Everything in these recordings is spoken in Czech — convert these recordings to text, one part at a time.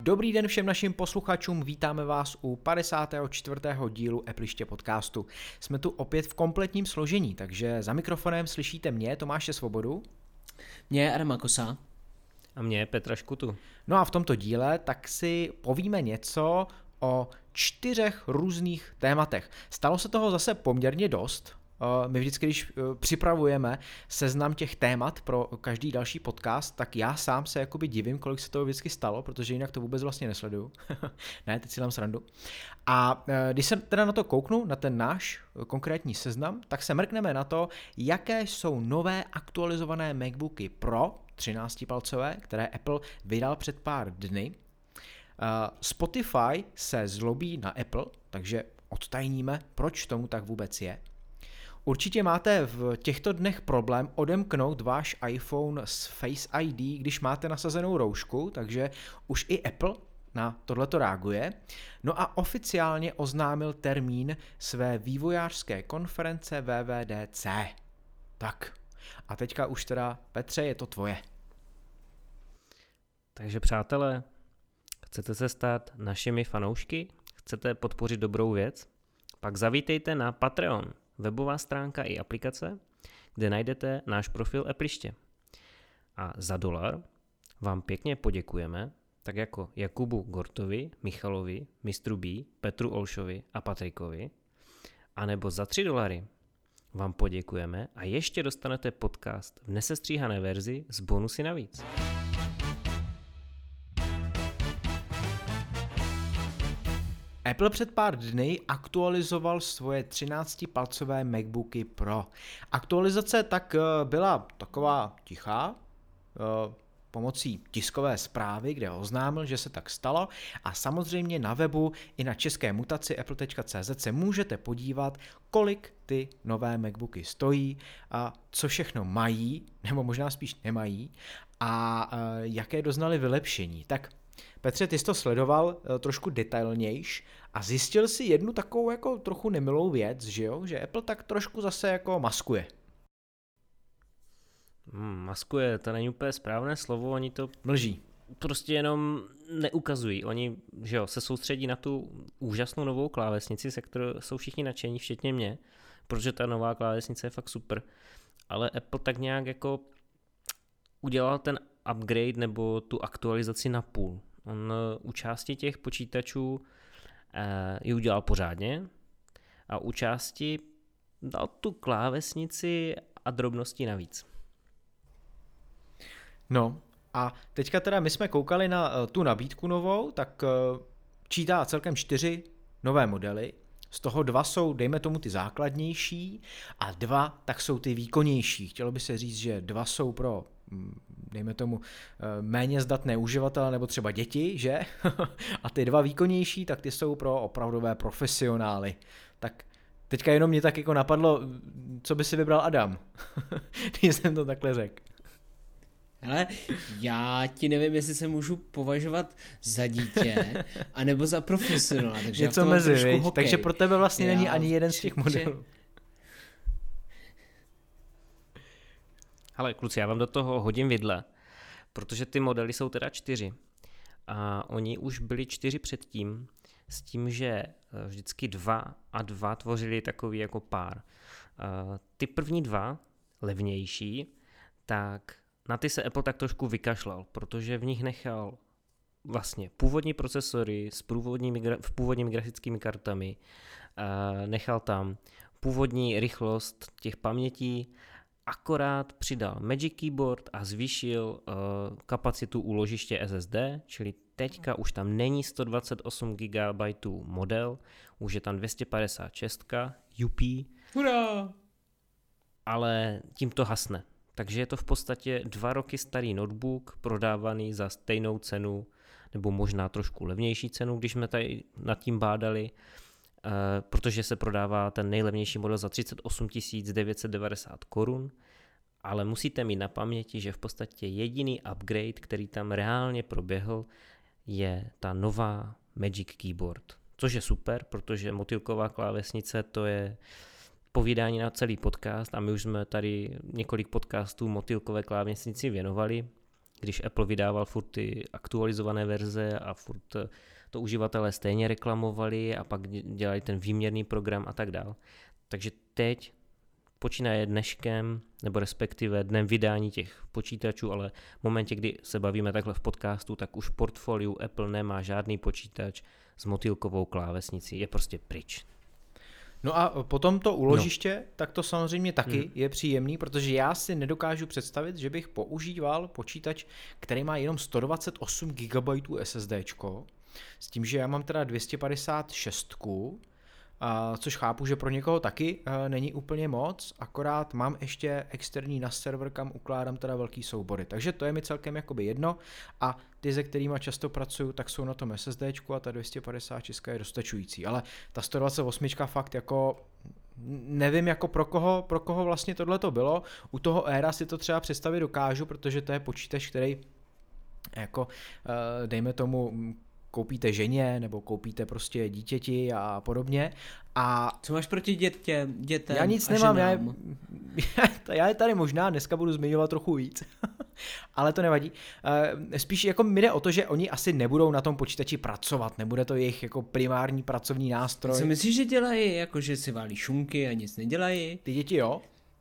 Dobrý den všem našim posluchačům, vítáme vás u 54. dílu Appliště podcastu. Jsme tu opět v kompletním složení, takže za mikrofonem slyšíte mě, Tomáše Svobodu. Mě Adama Kosa. A mě Petra Škutu. No a v tomto díle tak si povíme něco o 4 různých tématech. Stalo se toho zase poměrně dost. My vždycky, když připravujeme seznam těch témat pro každý další podcast, tak já sám se jakoby divím, kolik se toho vždycky stalo, protože jinak to vůbec vlastně nesleduju. Ne, teď si dám srandu. A když se teda na to kouknu, na ten náš konkrétní seznam, tak se mrkneme na to, jaké jsou nové aktualizované MacBooky Pro 13-palcové, které Apple vydal před pár dny. Spotify se zlobí na Apple, takže odtajníme, proč tomu tak vůbec je. Určitě máte v těchto dnech problém odemknout váš iPhone s Face ID, když máte nasazenou roušku, takže už i Apple na tohleto reaguje. No a oficiálně oznámil termín své vývojářské konference WWDC. Tak, a teďka už teda, Petře, je to tvoje. Takže přátelé, chcete se stát našimi fanoušky? Chcete podpořit dobrou věc? Pak zavítejte na Patreon, webová stránka i aplikace, kde najdete náš profil Appliště. A za $1 vám pěkně poděkujeme, tak jako Jakubu Gortovi, Michalovi, Mistru B, Petru Olšovi a Patrikovi, anebo za $3 vám poděkujeme a ještě dostanete podcast v nesestříhané verzi s bonusy navíc. Apple před pár dny aktualizoval svoje 13-palcové MacBooky Pro. Aktualizace tak byla taková tichá, pomocí tiskové zprávy, kde oznámil, že se tak stalo, a samozřejmě na webu i na české mutaci apple.cz se můžete podívat, kolik ty nové MacBooky stojí, a co všechno mají, nebo možná spíš nemají, a jaké doznali vylepšení. Tak Petře, ty jsi to sledoval trošku detailnějš a zjistil si jednu takovou jako trochu nemilou věc, že jo? Že Apple tak trošku zase jako maskuje. Maskuje, to není úplně správné slovo, oni to mlží. Prostě jenom neukazují. Oni, že jo, se soustředí na tu úžasnou novou klávesnici, se kterou jsou všichni nadšení, včetně mě, protože ta nová klávesnice je fakt super. Ale Apple tak nějak jako udělal ten upgrade nebo tu aktualizaci na půl. On u části těch počítačů ji udělal pořádně a u části dal tu klávesnici a drobnosti navíc. No a teďka teda my jsme koukali na tu nabídku novou, tak čítá celkem 4 nové modely. Z toho 2 jsou, dejme tomu, ty základnější a 2 tak jsou ty výkonnější. Chtělo by se říct, že 2 jsou pro, dejme tomu, méně zdatné uživatele nebo třeba děti, že? A ty 2 výkonnější, tak ty jsou pro opravdové profesionály. Tak teďka jenom mě tak jako napadlo, co by si vybral Adam, když jsem to takhle řekl. Ale já ti nevím, jestli se můžu považovat za dítě, anebo za profesionála. Něco mezi, takže pro tebe vlastně není ani jeden z těch modelů. Hele, kluci, já vám do toho hodím vidle, protože ty modely jsou teda 4. A oni už byli 4 předtím, s tím, že vždycky 2 a 2 tvořili takový jako pár. Ty první 2, levnější, tak na ty se Apple tak trošku vykašlal, protože v nich nechal vlastně původní procesory s původními grafickými kartami, nechal tam původní rychlost těch pamětí, akorát přidal Magic Keyboard a zvýšil kapacitu úložiště SSD, čili teďka už tam není 128 GB model, už je tam 256 UP. Hurá! Ale tím to hasne. Takže je to v podstatě 2 roky starý notebook, prodávaný za stejnou cenu, nebo možná trošku levnější cenu, když jsme tady nad tím bádali, protože se prodává ten nejlevnější model za 38 990 korun, ale musíte mít na paměti, že v podstatě jediný upgrade, který tam reálně proběhl, je ta nová Magic Keyboard. Což je super, protože motýlková klávesnice to je povídání na celý podcast a my už jsme tady několik podcastů motýlkové klávesnici věnovali. když Apple vydával furt ty aktualizované verze a furt to uživatelé stejně reklamovali a pak dělali ten výměrný program a tak dál. Takže teď počínaje dneškem, nebo respektive dnem vydání těch počítačů, ale v momentě, kdy se bavíme takhle v podcastu, tak už v portfoliu Apple nemá žádný počítač s motýlkovou klávesnicí, je prostě pryč. No a potom to úložiště, tak to samozřejmě taky je příjemný, protože já si nedokážu představit, že bych používal počítač, který má jenom 128 GB SSDčko, s tím, že já mám teda 256, což chápu, že pro někoho taky není úplně moc, akorát mám ještě externí na server, kam ukládám teda velký soubory, takže to je mi celkem jakoby jedno a ty, se kterýma často pracuju, tak jsou na tom SSDčku a ta 256 je dostačující, ale ta 128 fakt jako nevím jako pro koho vlastně tohle to bylo, u toho Aira si to třeba představit dokážu, protože to je počítač, který jako dejme tomu koupíte ženě, nebo koupíte prostě dítěti a podobně. A co máš proti dětem já nic a nemám, já je tady možná dneska budu zmiňovat trochu víc, ale to nevadí. Spíš jako mi jde o to, že oni asi nebudou na tom počítači pracovat, nebude to jejich jako primární pracovní nástroj. Co myslíš, že dělají, jako že si válí šunky a nic nedělají? Ty děti jo.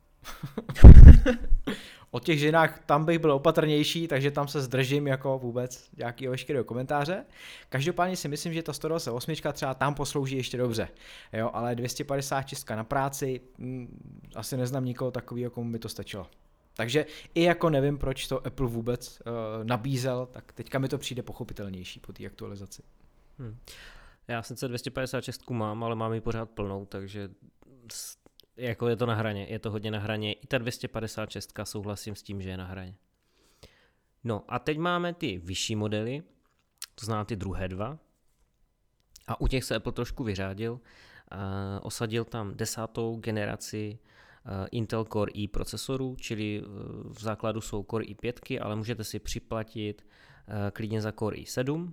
O těch ženách tam bych byl opatrnější, takže tam se zdržím jako vůbec nějakého veškerého komentáře. Každopádně si myslím, že ta 128 třeba tam poslouží ještě dobře, jo, ale 256 na práci, asi neznám nikoho takového, komu by to stačilo. Takže i jako nevím, proč to Apple vůbec nabízel, tak teďka mi to přijde pochopitelnější po té aktualizaci. Já sice 256 mám, ale mám ji pořád plnou, takže jako je to na hraně, je to hodně na hraně. I ta 256 souhlasím s tím, že je na hraně. No a teď máme ty vyšší modely, to znamená ty druhé dva. A u těch se Apple trošku vyřádil. Osadil tam 10. generaci Intel Core i procesorů, čili v základu jsou Core i5, ale můžete si připlatit klidně za Core i7.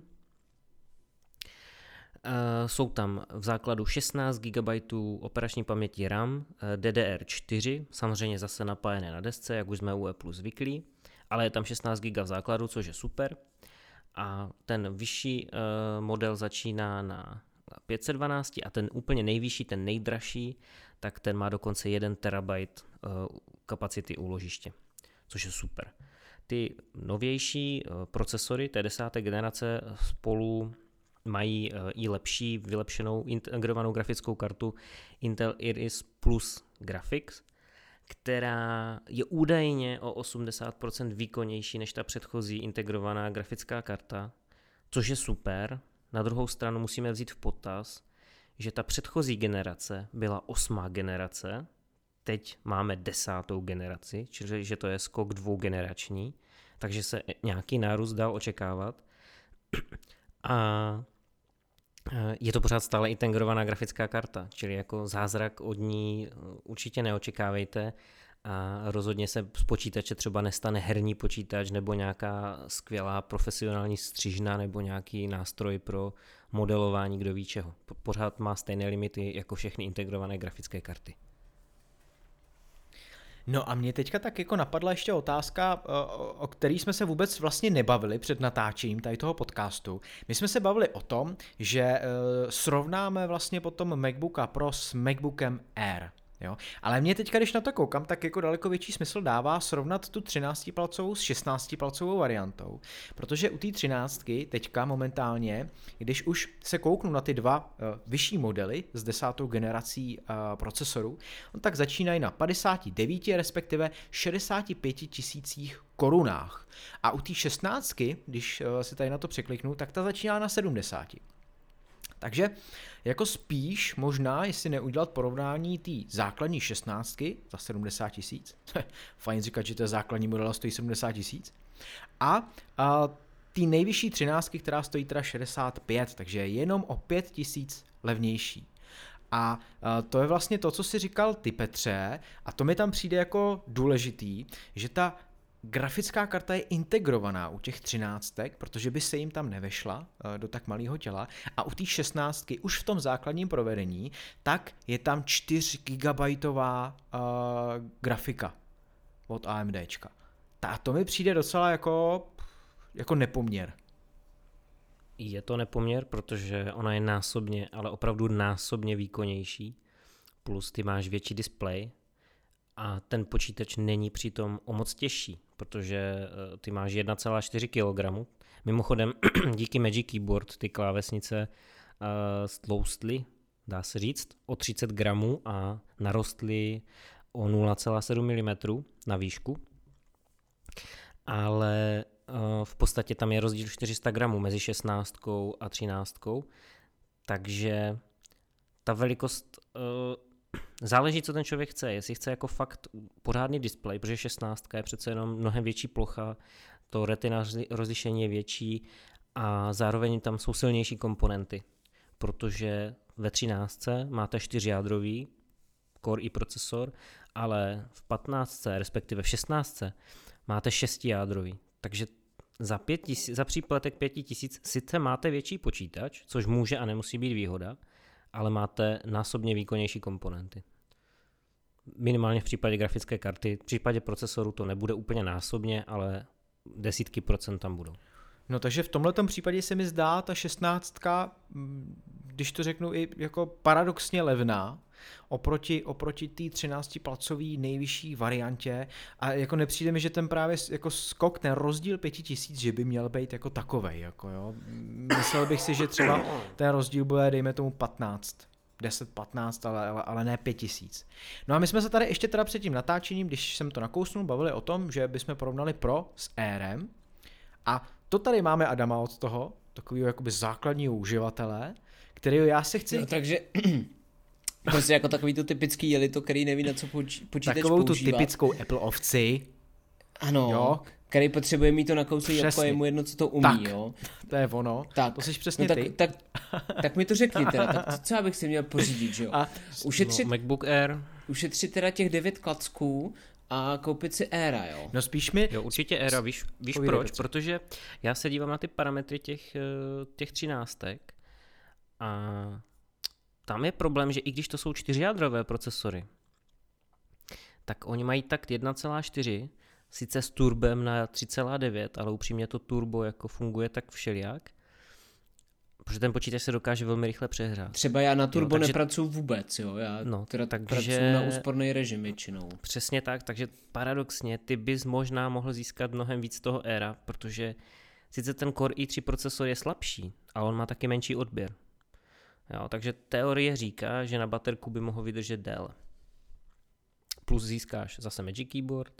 Jsou tam v základu 16 GB operační paměti RAM, DDR4, samozřejmě zase napájené na desce, jak už jsme u Apple zvyklí, ale je tam 16 GB v základu, což je super. A ten vyšší model začíná na 512 a ten úplně nejvyšší, ten nejdražší, tak ten má dokonce 1 TB kapacity úložiště, což je super. Ty novější procesory té 10. generace spolu mají i lepší, vylepšenou integrovanou grafickou kartu Intel Iris Plus Graphics, která je údajně o 80% výkonnější než ta předchozí integrovaná grafická karta, což je super. Na druhou stranu musíme vzít v potaz, že ta předchozí generace byla 8. generace, teď máme 10. generaci, čili že to je skok 2generační, takže se nějaký nárůst dal očekávat. A je to pořád stále integrovaná grafická karta, čili jako zázrak od ní určitě neočekávejte a rozhodně se z počítače třeba nestane herní počítač nebo nějaká skvělá profesionální střižna nebo nějaký nástroj pro modelování kdo ví čeho. Pořád má stejné limity jako všechny integrované grafické karty. No a mě teďka tak jako napadla ještě otázka, o který jsme se vůbec vlastně nebavili před natáčením tady toho podcastu. My jsme se bavili o tom, že srovnáme vlastně potom MacBooka Pro s MacBookem Air. Jo? Ale mě teďka, když na to koukám, tak jako daleko větší smysl dává srovnat tu 13-palcovou s 16-palcovou variantou, protože u té 13 teďka momentálně, když už se kouknu na ty dva vyšší modely s 10. generací procesorů, tak začínají na 59, respektive 65 tisících korunách. A u té 16, když si tady na to překliknu, tak ta začíná na 70. Takže jako spíš možná, jestli neudělat porovnání té základní 16 za 70 tisíc, fajn říkat, že to je základní model a stojí 70 tisíc, a ty nejvyšší 13, která stojí teda 65, takže je jenom o 5 tisíc levnější. A to je vlastně to, co si říkal ty, Petře, a to mi tam přijde jako důležitý, že ta grafická karta je integrovaná u těch 13, protože by se jim tam nevešla do tak malého těla, a u té 16 už v tom základním provedení, tak je tam 4 GB grafika od AMDčka. A to mi přijde docela jako jako nepoměr? Je to nepoměr, protože ona je násobně, ale opravdu násobně výkonnější, plus ty máš větší displej a ten počítač není přitom o moc těžší, protože ty máš 1,4 kg. Mimochodem díky Magic Keyboard ty klávesnice stloustly, dá se říct, o 30 gramů a narostly o 0,7 mm na výšku, ale v podstatě tam je rozdíl 400 gramů mezi 16 a 13, takže ta velikost záleží, co ten člověk chce, jestli chce jako fakt pořádný displej, protože 16 je přece jenom mnohem větší plocha, to retina rozlišení je větší a zároveň tam jsou silnější komponenty, protože ve 13 máte 4jádrový Core i procesor, ale v 15, respektive v 16 máte 6jádrový, takže za příplatek 5000 sice máte větší počítač, což může a nemusí být výhoda, ale máte násobně výkonnější komponenty. Minimálně v případě grafické karty, v případě procesoru to nebude úplně násobně, ale desítky procent tam budou. No takže v tomhletom případě se mi zdá ta 16, když to řeknu i jako paradoxně levná, oproti té 13-palcový nejvyšší variantě a jako nepřijde mi, že ten právě jako skok, ten rozdíl 5000, že by měl být jako takovej, jako jo. Myslel bych si, že třeba ten rozdíl bude, dejme tomu 10-15, ale ne 5000. No a my jsme se tady ještě teda před tím natáčením, když jsem to nakousnul, bavili o tom, že bychom porovnali Pro s Airem a to tady máme Adama od toho, takového jakoby základního uživatele, kterého já se chci... No, takže prostě jako takový to typický jelito, který neví, na co počítač takovou používá. tu typickou Apple ovci. Ano, jo. Který potřebuje mít to nakouslý jako je mu jedno, co to umí, tak, jo. To je ono, tak, to jsi přesně no, ty. Tak mi to řekni teda, tak co já bych si měl pořídit, že jo. Ušetřit, MacBook Air. Ušetřit teda těch 9 klacků a koupit si Aira, jo. No spíš mi... Jo, určitě Aira, víš proč? Protože já se dívám na ty parametry těch 13 a tam je problém, že i když to jsou 4jádrové procesory, tak oni mají takt 1,4, sice s turbem na 3,9, ale upřímně to turbo jako funguje tak všelijak, protože ten počítač se dokáže velmi rychle přehrát. Třeba já na turbo nepracuju vůbec, jo, já pracuju na úsporný režim většinou. Přesně tak, takže paradoxně ty bys možná mohl získat mnohem víc toho Aira, protože sice ten Core i3 procesor je slabší, ale on má taky menší odběr. Jo, takže teorie říká, že na baterku by mohl vydržet déle. Plus získáš zase Magic Keyboard,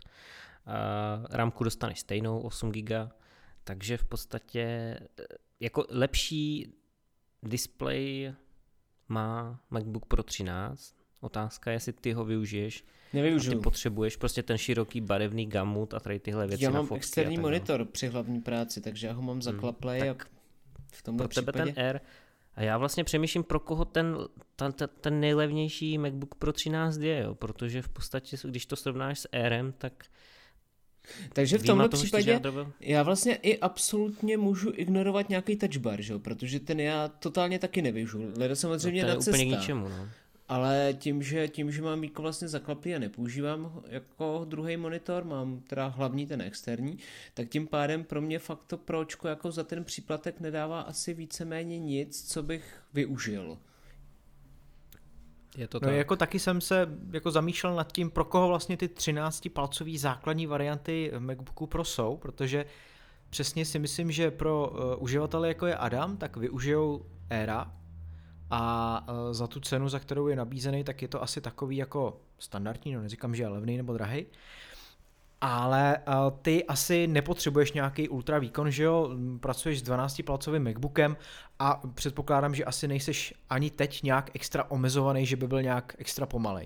ramku dostaneš stejnou 8 GB, takže v podstatě jako lepší display má MacBook Pro 13. Otázka je, jestli ty ho využiješ. Nevyužiju. A ty potřebuješ prostě ten široký barevný gamut a tady tyhle věci. Já mám externí monitor při hlavní práci, takže já ho mám zaklaplej a v tomhle pro tebe případě... ten Air. A já vlastně přemýšlím, pro koho ten nejlevnější MacBook Pro 13 je, jo? Protože v podstatě, když to srovnáš s Airem, tak... Takže v tomhle případě já vlastně i absolutně můžu ignorovat nějaký touch bar, že? Protože ten já totálně taky nevyužiju. Leda samozřejmě na cesta. Úplně k ničemu, no. Ale tím, že mám Míko vlastně zaklaplý a nepoužívám jako druhý monitor, mám teda hlavní ten externí, tak tím pádem pro mě fakt to Pročko jako za ten příplatek nedává asi víceméně nic, co bych využil. Je to no tak. Jako taky jsem se jako zamýšlel nad tím, pro koho vlastně ty 13-palcový základní varianty MacBooku Pro jsou, protože přesně si myslím, že pro uživatele jako je Adam, tak využijou Aira a za tu cenu, za kterou je nabízený, tak je to asi takový jako standardní, no neříkám, že je levný nebo drahý, ale ty asi nepotřebuješ nějaký ultra výkon, že jo, pracuješ s 12-palcovým MacBookem a předpokládám, že asi nejseš ani teď nějak extra omezovaný, že by byl nějak extra pomalej.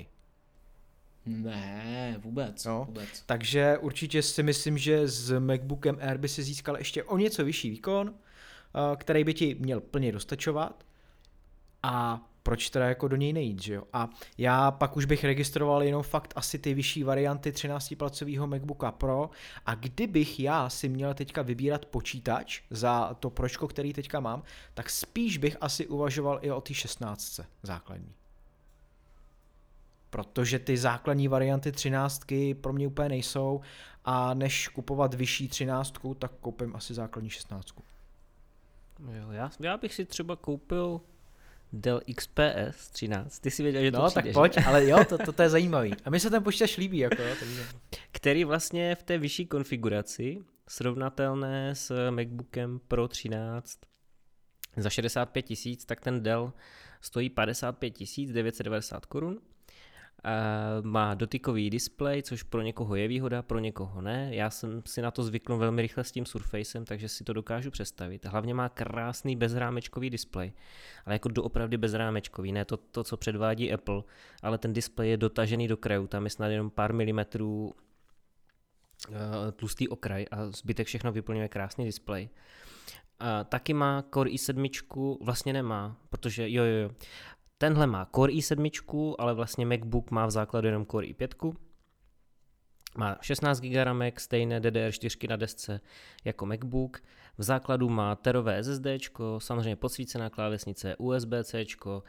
Ne, vůbec, no, vůbec. Takže určitě si myslím, že s MacBookem Air by si získal ještě o něco vyšší výkon, který by ti měl plně dostačovat. A proč teda jako do něj nejít, že jo? A já pak už bych registroval jenom fakt asi ty vyšší varianty 13-palcového MacBooka Pro a kdybych já si měl teďka vybírat počítač za to Pročko, který teďka mám, tak spíš bych asi uvažoval i o ty 16 základní. protože ty základní varianty 13 pro mě úplně nejsou a než kupovat vyšší 13, tak koupím asi základní 16. Jo, já bych si třeba koupil Dell XPS 13, ty si věděl, že to no, přijde, tak pojď, že? ale jo, to je zajímavý. A mi se ten počítač líbí, jako jo, takže... Který vlastně v té vyšší konfiguraci, srovnatelné s MacBookem Pro 13 za 65 000, tak ten Dell stojí 55 990 korun. Má dotykový displej, což pro někoho je výhoda, pro někoho ne. Já jsem si na to zvyknul velmi rychle s tím Surfacem, takže si to dokážu představit. Hlavně má krásný bezrámečkový displej, ale jako doopravdy bezrámečkový, ne to, co předvádí Apple, ale ten displej je dotažený do krajů, tam je snad jenom pár milimetrů tlustý okraj a zbytek všechno vyplňuje krásný displej. Taky má Core i7, vlastně nemá, protože jo. Tenhle má Core i7, ale vlastně MacBook má v základu jenom Core i5. Má 16 GB RAM, stejné DDR4 na desce jako MacBook. V základu má terové SSD, samozřejmě podsvícená klávesnice, USB-C,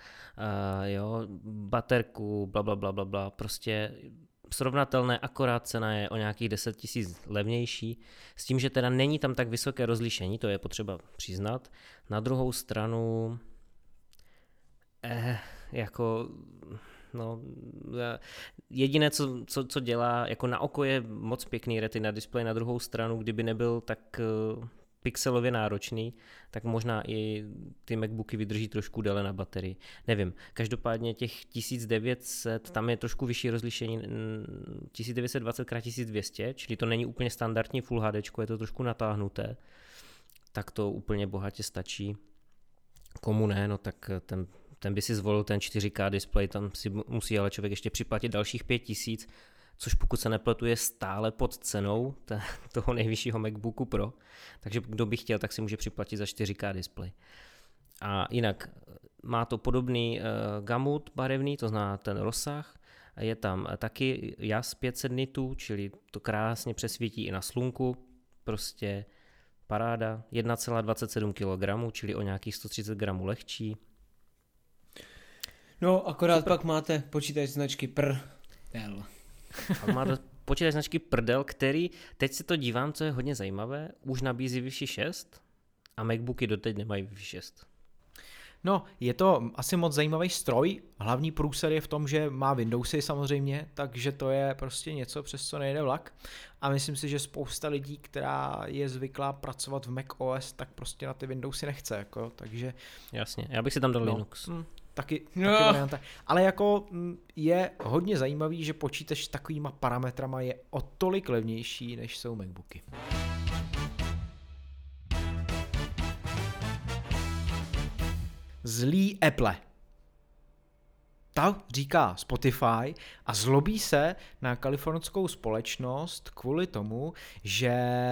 baterku, blablabla, prostě srovnatelné, akorát cena je o nějakých 10 000 levnější, s tím, že teda není tam tak vysoké rozlišení, to je potřeba přiznat. Na druhou stranu jediné, co dělá, jako na oko je moc pěkný Retina display, na druhou stranu, kdyby nebyl tak pixelově náročný, tak možná i ty MacBooky vydrží trošku déle na baterii. Nevím, každopádně těch 1900, tam je trošku vyšší rozlišení, 1920x1200, čili to není úplně standardní Full HD, je to trošku natáhnuté, tak to úplně bohatě stačí. Komu ne, no tak ten by si zvolil ten 4K display, tam si musí ale člověk ještě připlatit dalších 5000, což pokud se nepletu je stále pod cenou toho nejvyššího MacBooku Pro, takže kdo by chtěl, tak si může připlatit za 4K display. A jinak má to podobný gamut barevný, to znamená ten rozsah, je tam taky jas 500 nitů, čili to krásně přesvítí i na slunku, prostě paráda, 1,27 kg, čili o nějakých 130 gramů lehčí. No, akorát super. Pak máte počítač značky Dell. Pak máte počítač značky Dell, který, teď se to dívám, co je hodně zajímavé, už nabízí Wi-Fi 6 a MacBooky doteď nemají Wi-Fi 6. No, je to asi moc zajímavý stroj, hlavní průser je v tom, že má Windowsy samozřejmě, takže to je prostě něco, přes co nejde vlak a myslím si, že spousta lidí, která je zvyklá pracovat v Mac OS, tak prostě na ty Windowsy nechce, jako, takže... Jasně, já bych si tam dal Linux. Taky varianta. Ale jako je hodně zajímavý, že počítač s takovýma parametrama je o tolik levnější, než jsou MacBooky. Zlý Apple. To říká Spotify a zlobí se na kalifornskou společnost kvůli tomu, že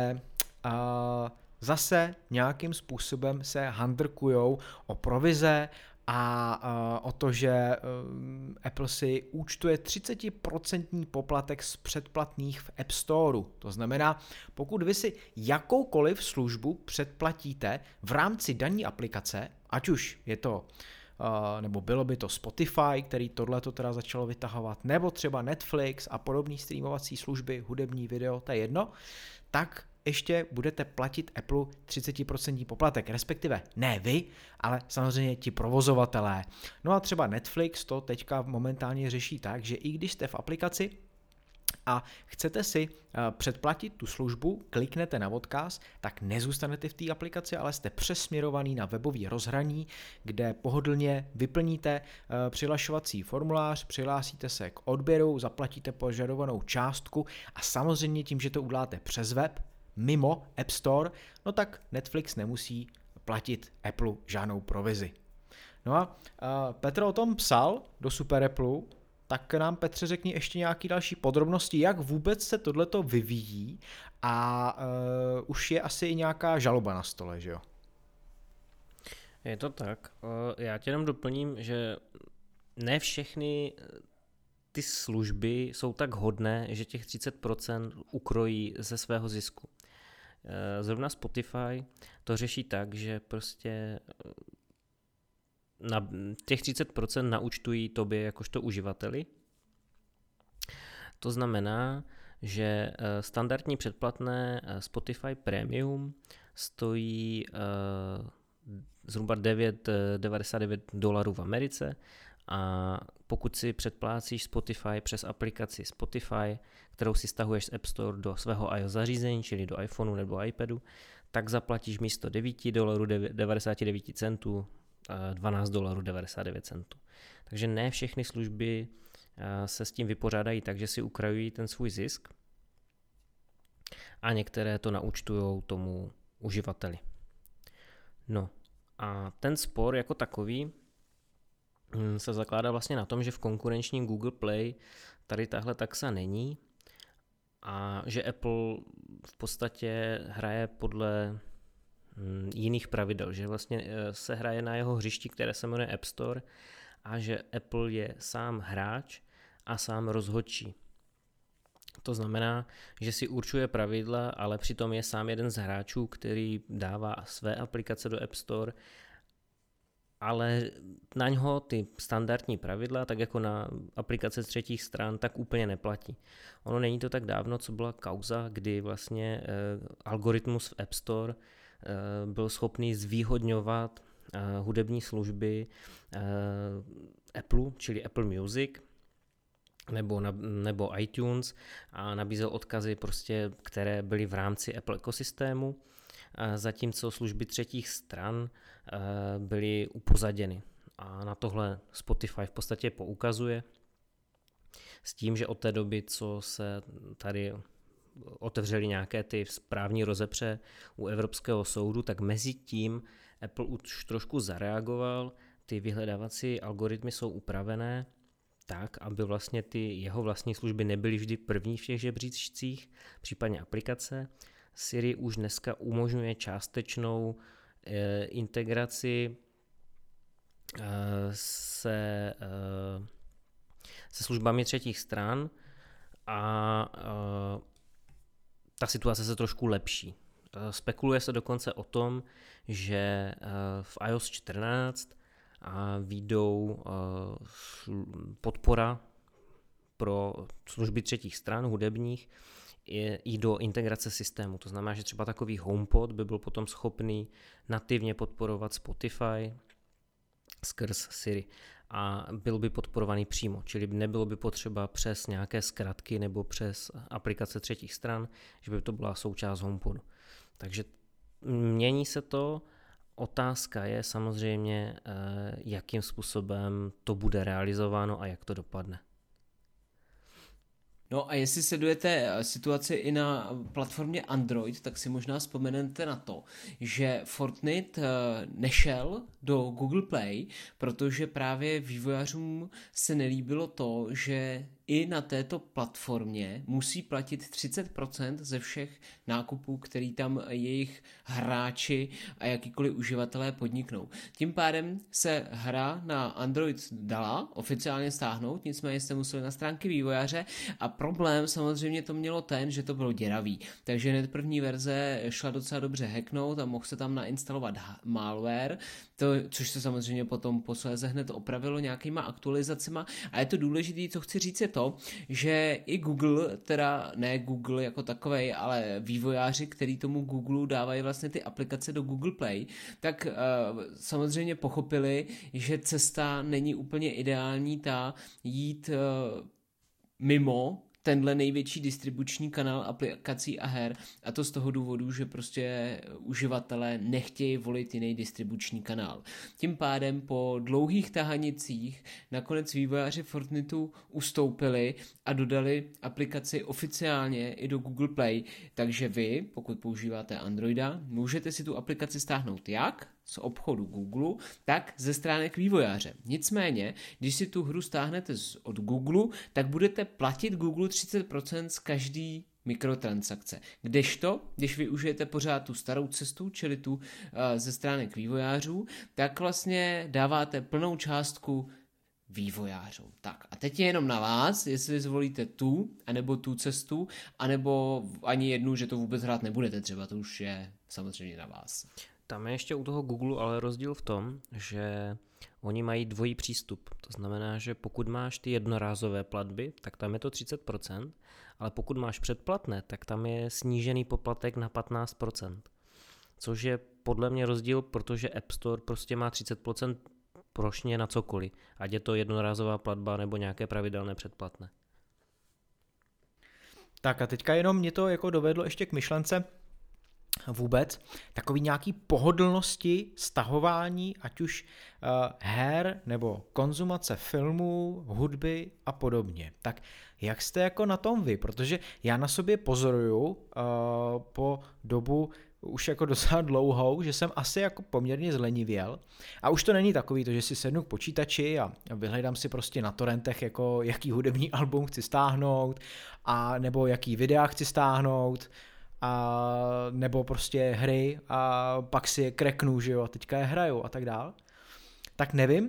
zase nějakým způsobem se handrkujou o provize a o to, že Apple si účtuje 30% poplatek z předplatných v App Storeu. To znamená, pokud vy si jakoukoliv službu předplatíte v rámci dané aplikace, ať už je to, nebo bylo by to Spotify, který tohleto teda začalo vytahovat, nebo třeba Netflix a podobné streamovací služby, hudební video, to je jedno, tak ještě budete platit Apple 30% poplatek, respektive ne vy, ale samozřejmě ti provozovatelé. No a třeba Netflix to teďka momentálně řeší tak, že i když jste v aplikaci a chcete si předplatit tu službu, kliknete na odkaz, tak nezůstanete v té aplikaci, ale jste přesměrovaný na webový rozhraní, kde pohodlně vyplníte přihlašovací formulář, přihlásíte se k odběru, zaplatíte požadovanou částku a samozřejmě tím, že to uděláte přes web, mimo App Store, no tak Netflix nemusí platit Apple žádnou provizi. No a Petr o tom psal do Super Apple, tak nám Petře řekni ještě nějaké další podrobnosti, jak vůbec se tohleto vyvíjí a už je asi i nějaká žaloba na stole, že jo? Je to tak. Já tě jenom doplním, že ne všechny ty služby jsou tak hodné, že těch 30% ukrojí ze svého zisku. Zrovna Spotify to řeší tak, že prostě na těch 30% naúčtují tobě jakožto uživateli To znamená, že standardní předplatné Spotify Premium stojí zhruba $9.99 v Americe a pokud si předplácíš Spotify přes aplikaci Spotify, kterou si stahuješ z App Store do svého iOS zařízení, čili do iPhoneu nebo iPadu, tak zaplatíš místo $9.99 $12.99. Takže ne všechny služby se s tím vypořádají tak, že si ukrajují ten svůj zisk a některé to naúčtujou tomu uživateli. No a ten spor jako takový se zakládá vlastně na tom, že v konkurenčním Google Play tady tahle taxa není a že Apple v podstatě hraje podle jiných pravidel, že vlastně se hraje na jeho hřišti, které se jmenuje App Store a že Apple je sám hráč a sám rozhodčí. To znamená, že si určuje pravidla, ale přitom je sám jeden z hráčů, který dává své aplikace do App Store, ale na něho ty standardní pravidla, tak jako na aplikace z třetích stran, tak úplně neplatí. Ono není to tak dávno, co byla kauza, kdy vlastně algoritmus v App Store byl schopný zvýhodňovat hudební služby Apple, čili Apple Music nebo iTunes a nabízel odkazy, prostě, které byly v rámci Apple ekosystému, zatímco služby třetích stran byly upozaděny. A na tohle Spotify v podstatě poukazuje s tím, že od té doby, co se tady otevřely nějaké ty správní rozepře u Evropského soudu, tak mezi tím Apple už trošku zareagoval, ty vyhledávací algoritmy jsou upravené tak, aby vlastně ty jeho vlastní služby nebyly vždy první v těch žebříčcích, případně aplikace. Siri už dneska umožňuje částečnou integraci se službami třetích stran a ta situace se trošku lepší. Spekuluje se dokonce o tom, že v iOS 14 vyjdou podpora pro služby třetích stran hudebních i do integrace systému. To znamená, že třeba takový HomePod by byl potom schopný nativně podporovat Spotify skrz Siri a byl by podporovaný přímo, čili nebylo by potřeba přes nějaké zkratky nebo přes aplikace třetích stran, že by to byla součást HomePodu. Takže mění se to. Otázka je samozřejmě, jakým způsobem to bude realizováno a jak to dopadne. No a jestli sledujete situaci i na platformě Android, tak si možná vzpomenete na to, že Fortnite nešel do Google Play, protože právě vývojářům se nelíbilo to, že i na této platformě musí platit 30% ze všech nákupů, který tam jejich hráči a jakýkoliv uživatelé podniknou. Tím pádem se hra na Android dala oficiálně stáhnout, nicméně jste museli na stránky vývojáře a problém samozřejmě to mělo ten, že to bylo děravý. Takže hned první verze šla docela dobře hacknout a mohl se tam nainstalovat malware, což se samozřejmě potom posléze hned opravilo nějakýma aktualizacema a je to důležité, co chci říct je to, že i Google, teda ne Google jako takovej, ale vývojáři, který tomu Google dávají vlastně ty aplikace do Google Play, tak samozřejmě pochopili, že cesta není úplně ideální ta jít mimo tenhle největší distribuční kanál aplikací a her a to z toho důvodu, že prostě uživatelé nechtějí volit jiný distribuční kanál. Tím pádem po dlouhých tahanicích nakonec vývojáři Fortniteu ustoupili a dodali aplikaci oficiálně i do Google Play, takže vy, pokud používáte Androida, můžete si tu aplikaci stáhnout jak z obchodu Google, tak ze stránek vývojáře. Nicméně, když si tu hru stáhnete od Google, tak budete platit Google 30% z každý mikrotransakce. Kdežto, když využijete pořád tu starou cestu, čili tu ze stránek vývojářů, tak vlastně dáváte plnou částku vývojářům. Tak a teď je jenom na vás, jestli zvolíte tu, anebo tu cestu, anebo ani jednu, že to vůbec hrát nebudete třeba, to už je samozřejmě na vás. Tam je ještě u toho Google ale rozdíl v tom, že oni mají dvojí přístup. To znamená, že pokud máš ty jednorázové platby, tak tam je to 30%, ale pokud máš předplatné, tak tam je snížený poplatek na 15%. Což je podle mě rozdíl, protože App Store prostě má 30% plošně na cokoliv. Ať je to jednorázová platba nebo nějaké pravidelné předplatné. Tak a teďka jenom mě to jako dovedlo ještě k myšlence vůbec takový nějaký pohodlnosti stahování, ať už her nebo konzumace filmů, hudby a podobně. Tak jak jste jako na tom vy? Protože já na sobě pozoruju po dobu už jako docela dlouhou, že jsem asi jako poměrně zlenivěl a už to není takový to, že si sednu k počítači a vyhledám si prostě na torrentech jako jaký hudební album chci stáhnout a nebo jaký videa chci stáhnout a nebo prostě hry a pak si je kreknu, že jo, a teďka je hraju a tak dál. Tak nevím,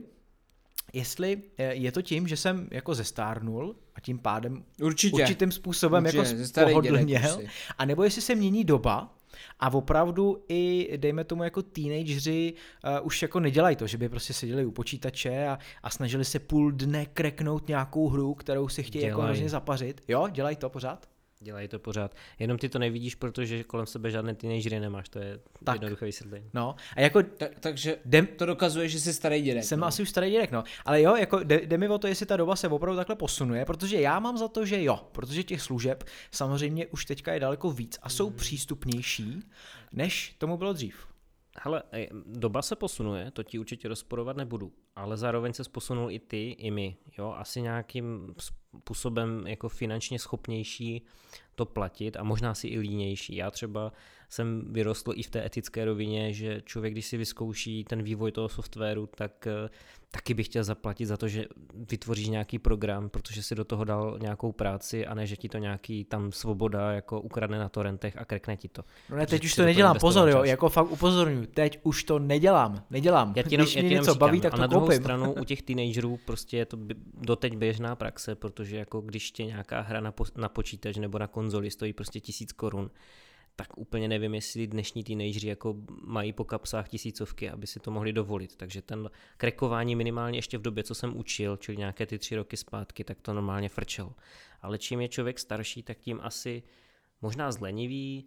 jestli je to tím, že jsem jako zestárnul a tím pádem určitým způsobem jako spohodlněl, a nebo jestli se mění doba a opravdu i, dejme tomu, jako teenageři už jako nedělají to, že by prostě seděli u počítače a snažili se půl dne kreknout nějakou hru, kterou si chtějí jako hrozně zapařit. Jo, dělají to pořád? Dělají to pořád. Jenom ty to nevidíš, protože kolem sebe žádné teenagery nemáš, to je jednoduché vysvětlení. No, a jako takže to dokazuje, že jsi starý dědek. Jsem asi už starý dědek, no. Ale jo, jako jde mi o to, jestli ta doba se opravdu takhle posunuje, protože já mám za to, že jo, protože těch služeb samozřejmě už teďka je daleko víc a jsou přístupnější, než tomu bylo dřív. Hele, doba se posunuje, to ti určitě rozporovat nebudu, ale zároveň se posunul i ty, i my, jo, asi nějakým způsobem jako finančně schopnější to platit a možná si i línější. Já třeba jsem vyrostl i v té etické rovině, že člověk, když si vyzkouší ten vývoj toho softwaru, tak taky bych chtěl zaplatit za to, že vytvoříš nějaký program, protože si do toho dal nějakou práci a ne, že ti to nějaký tam svoboda jako ukradne na torrentech a krekne ti to. No ne, teď už to nedělám, pozor jo, jako fakt upozorňuji, teď už to nedělám. Když mě něco baví, tak to koupím. A na druhou stranu u těch teenagerů prostě je to doteď běžná praxe, protože jako když tě nějaká hra na počítač nebo na konzoli stojí prostě 1000 korun, tak úplně nevím, jestli dnešní teenageři jako mají po kapsách tisícovky, aby si to mohli dovolit. Takže ten krekování minimálně ještě v době, co jsem učil, čili nějaké ty 3 roky zpátky, tak to normálně frčelo. Ale čím je člověk starší, tak tím asi možná zlenivý,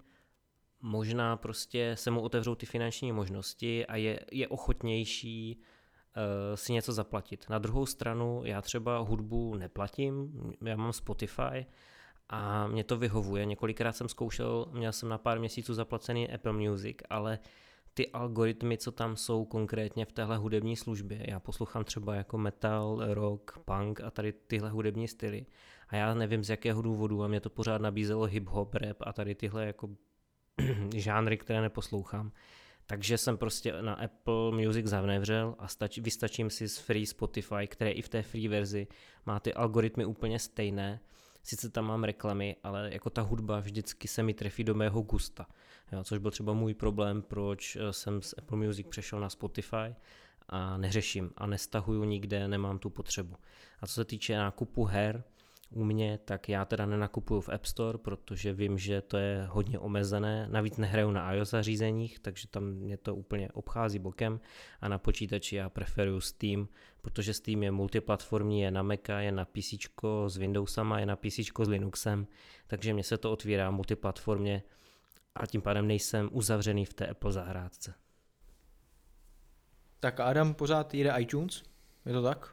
možná prostě se mu otevřou ty finanční možnosti a je ochotnější si něco zaplatit. Na druhou stranu já třeba hudbu neplatím, já mám Spotify, a mě to vyhovuje. Několikrát jsem zkoušel, měl jsem na pár měsíců zaplacený Apple Music, ale ty algoritmy, co tam jsou konkrétně v téhle hudební službě, já poslouchám třeba jako metal, rock, punk a tady tyhle hudební styly a já nevím z jakého důvodu a mě to pořád nabízelo hip-hop, rap a tady tyhle jako žánry, které neposlouchám. Takže jsem prostě na Apple Music zavnevřel a vystačím si z free Spotify, které i v té free verzi má ty algoritmy úplně stejné. Sice tam mám reklamy, ale jako ta hudba vždycky se mi trefí do mého gusta. Jo, což byl třeba můj problém, proč jsem z Apple Music přešel na Spotify a neřeším a nestahuju nikde, nemám tu potřebu. A co se týče nákupu her u mě, tak já teda nenakupuju v App Store, protože vím, že to je hodně omezené. Navíc nehraju na iOS zařízeních, takže tam mě to úplně obchází bokem a na počítači já preferuju Steam, protože Steam je multiplatformní, je na Maca, je na PC s Windowsama, je na PC s Linuxem, takže mě se to otvírá multiplatformně a tím pádem nejsem uzavřený v té Apple zahrádce. Tak Adam pořád jede iTunes, je to tak?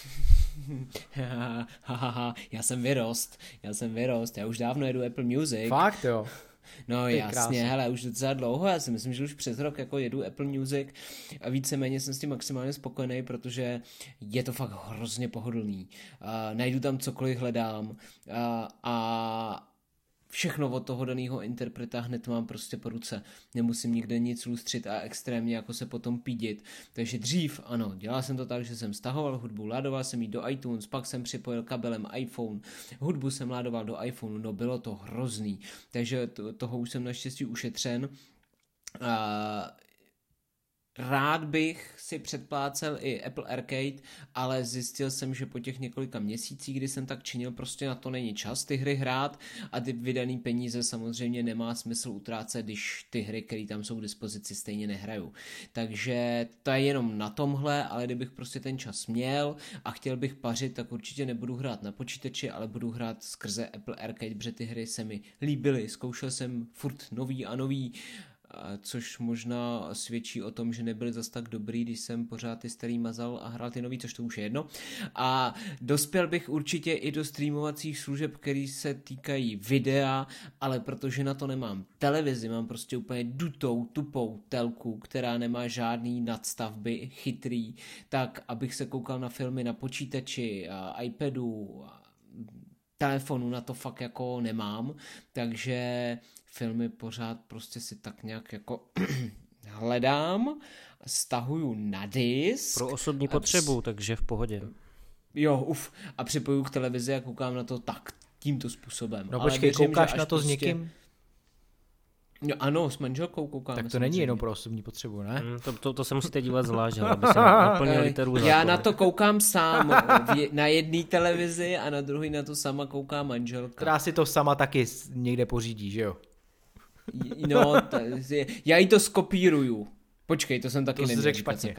Já jsem vyrost, já už dávno jedu Apple Music. Fakt jo? No jasně, hele, už docela dlouho, já si myslím, že už přes rok jako jedu Apple Music a víceméně jsem s tím maximálně spokojený, protože je to fakt hrozně pohodlný. Najdu tam cokoliv hledám a všechno od toho daného interpreta hned mám prostě po ruce. Nemusím nikde nic lustřit a extrémně jako se potom pídit. Takže dřív, ano, dělal jsem to tak, že jsem stahoval hudbu, ládoval jsem ji do iTunes, pak jsem připojil kabelem iPhone, hudbu jsem ládoval do iPhoneu, no bylo to hrozný. Takže toho už jsem naštěstí ušetřen. Rád bych si předplácel i Apple Arcade, ale zjistil jsem, že po těch několika měsících, kdy jsem tak činil, prostě na to není čas ty hry hrát a ty vydaný peníze samozřejmě nemá smysl utrácet, když ty hry, které tam jsou k dispozici, stejně nehraju. Takže to je jenom na tomhle, ale kdybych prostě ten čas měl a chtěl bych pařit, tak určitě nebudu hrát na počítači, ale budu hrát skrze Apple Arcade, protože ty hry se mi líbily, zkoušel jsem furt nový a nový, což možná svědčí o tom, že nebyl zas tak dobrý, když jsem pořád ty starý mazal a hrál ty nový, což to už je jedno. A dospěl bych určitě i do streamovacích služeb, které se týkají videa, ale protože na to nemám televizi, mám prostě úplně dutou, tupou telku, která nemá žádný nadstavby chytrý, tak abych se koukal na filmy na počítači, iPadu, telefonu, na to fakt jako nemám, takže filmy pořád prostě si tak nějak jako hledám, stahuju na disk. Pro osobní potřebu, takže v pohodě. Jo, a připoju k televizi a koukám na to tak tímto způsobem. No počkej, koukáš na to s někým? No ano, s manželkou koukáme. Tak to není jenom pro osobní potřebu, ne? To se musíte dívat zvlášť, aby se naplnil literu zákona. Já na to koukám sám, na jedné televizi a na druhé na to sama kouká manželka. Která si to sama taky někde pořídí, že jo? No, já jí to skopíruju. Počkej, to jsem taky neměl. To jsi řekl špatně.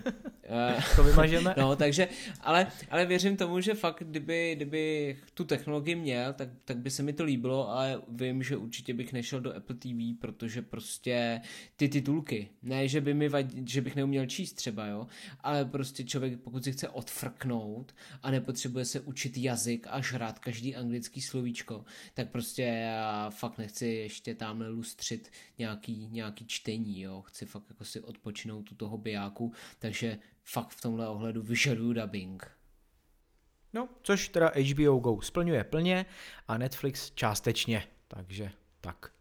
To vymažeme? No, takže, ale věřím tomu, že fakt, kdyby tu technologii měl, tak by se mi to líbilo, ale vím, že určitě bych nešel do Apple TV, protože prostě ty titulky, ne, že by že bych neuměl číst třeba, jo, ale prostě člověk, pokud si chce odfrknout a nepotřebuje se učit jazyk a žrát každý anglický slovíčko, tak prostě já fakt nechci ještě tamhle lustřit nějaký čtení, jo, chci fakt jako si odpočinout u toho bijáku, takže fakt v tomhle ohledu vyžaduju dubbing. No, což teda HBO Go splňuje plně a Netflix částečně, takže tak.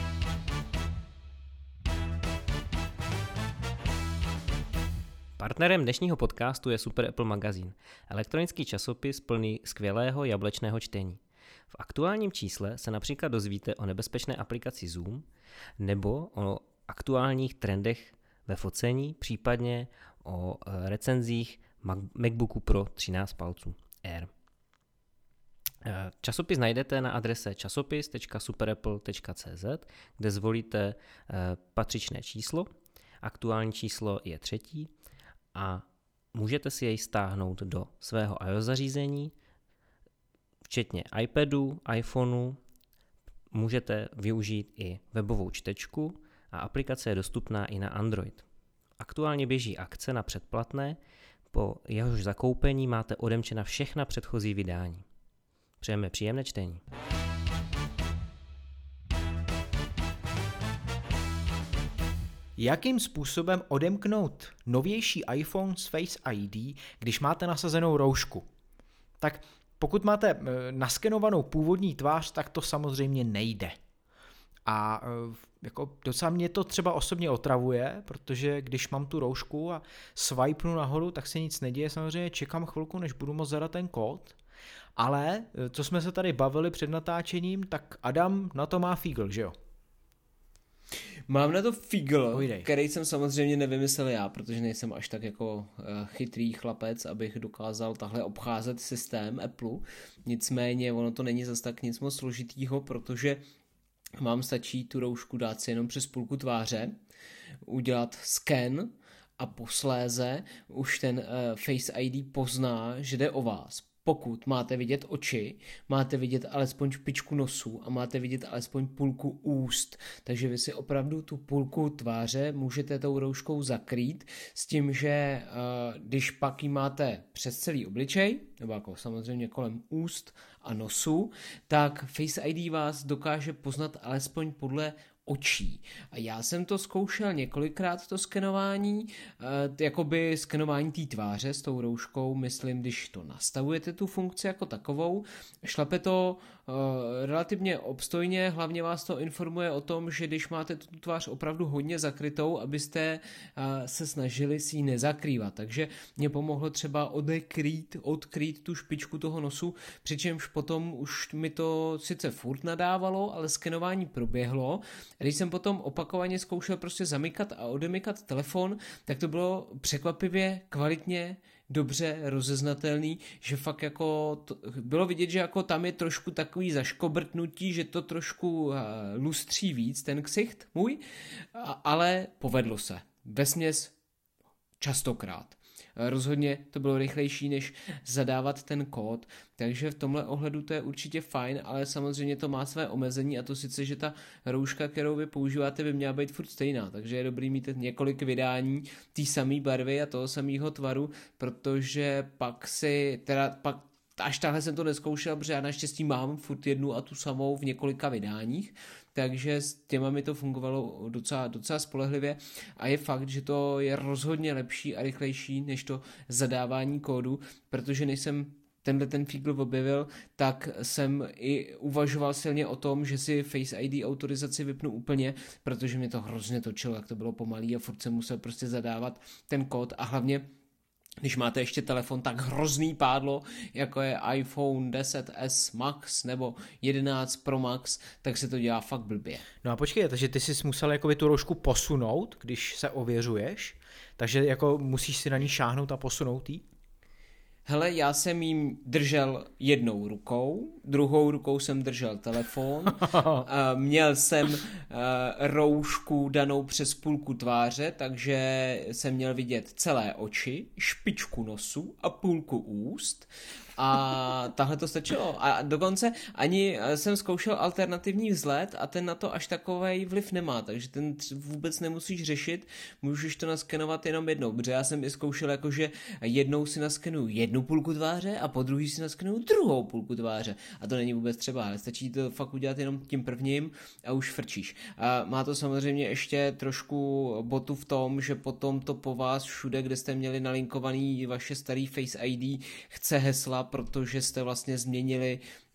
Partnerem dnešního podcastu je Super Apple Magazín, elektronický časopis plný skvělého jablečného čtení. V aktuálním čísle se například dozvíte o nebezpečné aplikaci Zoom nebo o aktuálních trendech ve focení, případně o recenzích MacBooku Pro 13 palců Air. Časopis najdete na adrese časopis.superapple.cz, kde zvolíte patřičné číslo. Aktuální číslo je 3. a můžete si jej stáhnout do svého iOS zařízení, včetně iPadu, iPhoneu. Můžete využít i webovou čtečku a aplikace je dostupná i na Android. Aktuálně běží akce na předplatné, po jehož zakoupení máte odemčena všechna předchozí vydání. Přejeme příjemné čtení. Jakým způsobem odemknout novější iPhone s Face ID, když máte nasazenou roušku? Tak pokud máte naskenovanou původní tvář, tak to samozřejmě nejde. A jako docela mě to třeba osobně otravuje, protože když mám tu roušku a swipenu nahoru, tak se nic neděje, samozřejmě čekám chvilku, než budu moct zadat ten kód, ale co jsme se tady bavili před natáčením, tak Adam na to má fígl, že jo? Mám na to fígl, který jsem samozřejmě nevymyslel já, protože nejsem až tak jako chytrý chlapec, abych dokázal tahle obcházet systém Apple. Nicméně ono to není zas tak nic moc složitýho, protože vám stačí tu roušku dát si jenom přes půlku tváře, udělat scan a posléze už ten Face ID pozná, že jde o vás. Pokud máte vidět oči, máte vidět alespoň špičku nosu a máte vidět alespoň půlku úst, takže vy si opravdu tu půlku tváře můžete tou rouškou zakrýt s tím, že když pak ji máte přes celý obličej, nebo jako samozřejmě kolem úst a nosu, tak Face ID vás dokáže poznat alespoň podle očí. A já jsem to zkoušel několikrát, to skenování, jakoby skenování té tváře s tou rouškou, myslím, když to nastavujete tu funkci jako takovou, šlape to relativně obstojně, hlavně vás to informuje o tom, že když máte tu tvář opravdu hodně zakrytou, abyste se snažili si ji nezakrývat. Takže mě pomohlo třeba odkrýt tu špičku toho nosu, přičemž potom už mi to sice furt nadávalo, ale skenování proběhlo Když jsem potom opakovaně zkoušel prostě zamykat a odemykat telefon, tak to bylo překvapivě kvalitně dobře rozeznatelný, že fakt jako bylo vidět, že jako tam je trošku takový zaškobrtnutí, že to trošku lustří víc ten ksicht můj, ale povedlo se. Vesměs častokrát. Rozhodně to bylo rychlejší, než zadávat ten kód, takže v tomhle ohledu to je určitě fajn, ale samozřejmě to má své omezení, a to sice, že ta rouška, kterou vy používáte, by měla být furt stejná, takže je dobrý mít několik vydání té samé barvy a toho samého tvaru, protože pak až tahle jsem to neskoušel, protože já naštěstí mám furt jednu a tu samou v několika vydáních, takže s těma mi to fungovalo docela spolehlivě a je fakt, že to je rozhodně lepší a rychlejší než to zadávání kódu, protože než jsem ten fígl objevil, tak jsem i uvažoval silně o tom, že si Face ID autorizaci vypnu úplně, protože mě to hrozně točilo, jak to bylo pomalý a furt jsem musel prostě zadávat ten kód a hlavně když máte ještě telefon tak hrozný pádlo, jako je iPhone 10s Max nebo 11 Pro Max, tak se to dělá fakt blbě. No a počkej, takže ty jsi musel jakoby tu roušku posunout, když se ověřuješ, takže jako musíš si na ní šáhnout a posunout jí? Hele, já jsem jím držel jednou rukou, druhou rukou jsem držel telefon, měl jsem roušku danou přes půlku tváře, takže jsem měl vidět celé oči, špičku nosu a půlku úst a tahle to stačilo. A dokonce ani jsem zkoušel alternativní vzhled a ten na to až takovej vliv nemá, takže ten vůbec nemusíš řešit, můžeš to naskenovat jenom jednou, protože já jsem i zkoušel jakože jednou si naskenuju jednu půlku tváře a po druhý si naskenuju druhou půlku tváře a to není vůbec třeba, ale stačí to fakt udělat jenom tím prvním a už frčíš. A má to samozřejmě ještě trošku botu v tom, že potom to po vás všude, kde jste měli nalinkovaný vaše starý Face ID, chce hesla, protože jste vlastně změnili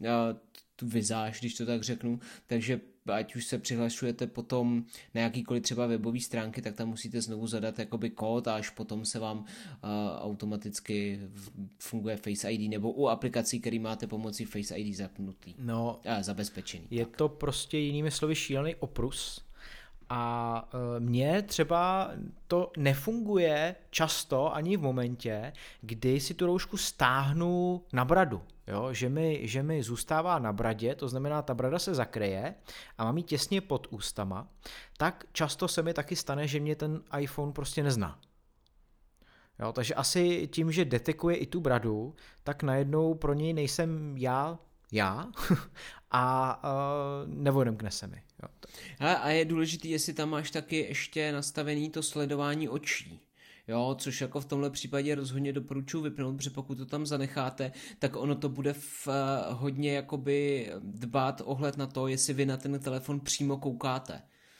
tu vizáž, když to tak řeknu, takže ať už se přihlašujete potom na jakýkoliv třeba webové stránky, tak tam musíte znovu zadat jakoby kód a až potom se vám automaticky funguje Face ID, nebo u aplikací, který máte pomocí Face ID zapnutý. No, zabezpečený. Je tak. to prostě jinými slovy šílený oprus. A mně třeba to nefunguje často ani v momentě, kdy si tu roušku stáhnu na bradu, jo? Že mi zůstává na bradě, to znamená, ta brada se zakryje a mám ji těsně pod ústama, tak často se mi taky stane, že mě ten iPhone prostě nezná. Jo, takže asi tím, že detekuje i tu bradu, tak najednou pro něj nejsem já a neodemkne se mi. Jo. A je důležitý, jestli tam máš taky ještě nastavený to sledování očí. Jo, což jako v tomhle případě rozhodně doporučuji vypnout, protože pokud to tam zanecháte, tak ono to bude hodně jakoby dbát ohled na to, jestli vy na ten telefon přímo koukáte.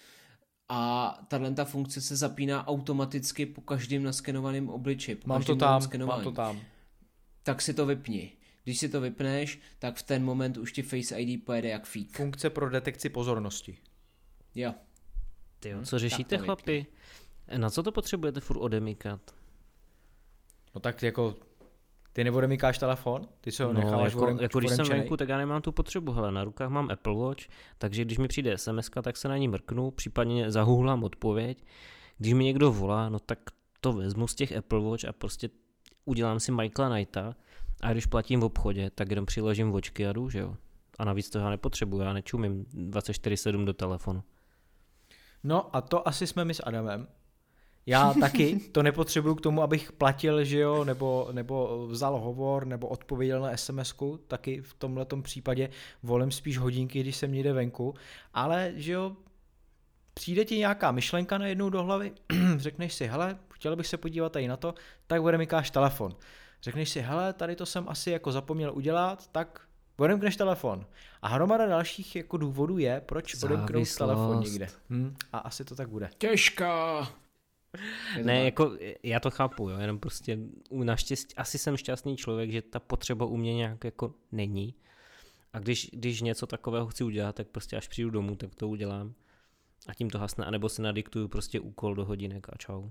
A tato funkce se zapíná automaticky po každém naskenovaném obliči. Mám to tam. Tak si to vypni. Když si to vypneš, tak v ten moment už ti Face ID pojede jak fík. Funkce pro detekci pozornosti. Jo. Tyjo, co řešíte, chlapi? Na co to potřebujete furt odemykat? No tak jako, ty neodemykáš telefon? Ty se ho necháváš jako když jsem venku, tak já nemám tu potřebu. Hele, na rukách mám Apple Watch, takže když mi přijde SMS, tak se na ní mrknu, případně zahooglám odpověď. Když mi někdo volá, no tak to vezmu z těch Apple Watch a prostě udělám si Michaela Knighta. A když platím v obchodě, tak jenom přiložím vočky a jdu, že jo. A navíc to já nepotřebuji, já nečumím 24/7 do telefonu. No a to asi jsme my s Adamem. Já taky to nepotřebuju k tomu, abych platil, že jo, nebo vzal hovor, nebo odpověděl na SMS-ku, taky v tomhletom případě volím spíš hodinky, když jsem někde venku, ale že jo, přijde ti nějaká myšlenka najednou do hlavy, řekneš si, hele, chtěl bych se podívat tady na to, tak odemykáš telefon. Řekneš si, hele, tady to jsem asi jako zapomněl udělat, tak odemkneš telefon. A hromada dalších jako důvodů je, proč odemknout telefon někde. A asi to tak bude. Těžká! Ne, jako já to chápu, jo, jenom prostě naštěstí, asi jsem šťastný člověk, že ta potřeba u mě nějak jako není. A když něco takového chci udělat, tak prostě až přijdu domů, tak to udělám. A tím to hasne, anebo si nadiktuju prostě úkol do hodinek a čau.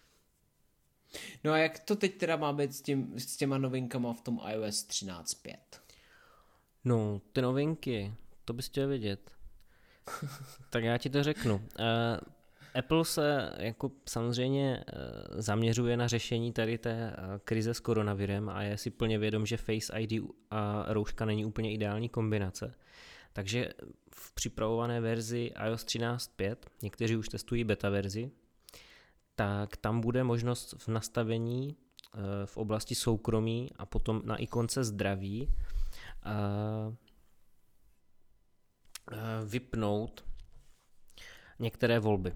No a jak to teď teda má být s těma novinkama v tom iOS 13.5? No, ty novinky, to bys chtěl vědět. Tak já ti to řeknu. Apple se jako samozřejmě zaměřuje na řešení tady té krize s koronavirem a je si plně vědom, že Face ID a rouška není úplně ideální kombinace. Takže v připravované verzi iOS 13.5, někteří už testují beta verzi, tak tam bude možnost v nastavení v oblasti soukromí a potom na ikonce zdraví vypnout některé volby.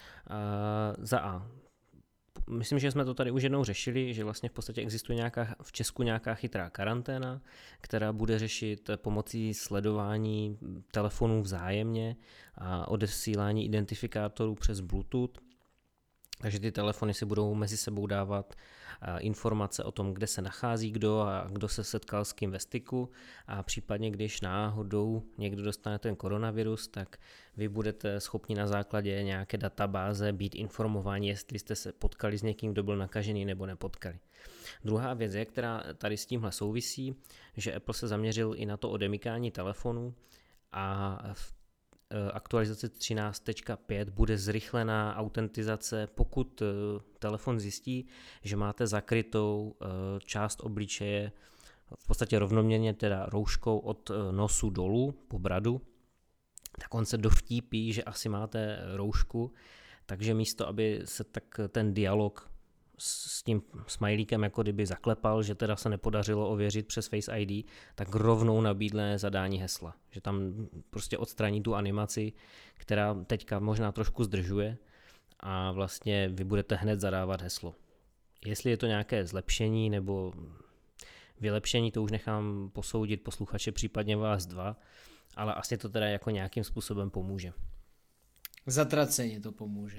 Za A. Myslím, že jsme to tady už jednou řešili, že vlastně v podstatě existuje v Česku nějaká chytrá karanténa, která bude řešit pomocí sledování telefonů vzájemně a odesílání identifikátorů přes Bluetooth. Takže ty telefony si budou mezi sebou dávat informace o tom, kde se nachází kdo a kdo se setkal s kým ve styku a případně, když náhodou někdo dostane ten koronavirus, tak vy budete schopni na základě nějaké databáze být informováni, jestli jste se potkali s někým, kdo byl nakažený nebo nepotkali. Druhá věc je, která tady s tímhle souvisí, že Apple se zaměřil i na to odemykání telefonu a v aktualizace 13.5 bude zrychlená autentizace, pokud telefon zjistí, že máte zakrytou část obličeje v podstatě rovnoměrně teda rouškou od nosu dolů po bradu, tak on se dovtípí, že asi máte roušku, takže místo, aby se tak ten dialog s tím smajlíkem jako kdyby zaklepal, že teda se nepodařilo ověřit přes Face ID, tak rovnou nabídne zadání hesla. Že tam prostě odstraní tu animaci, která teďka možná trošku zdržuje a vlastně vy budete hned zadávat heslo. Jestli je to nějaké zlepšení nebo vylepšení, to už nechám posoudit posluchače, případně vás dva, ale asi to teda jako nějakým způsobem pomůže. Zatraceně to pomůže.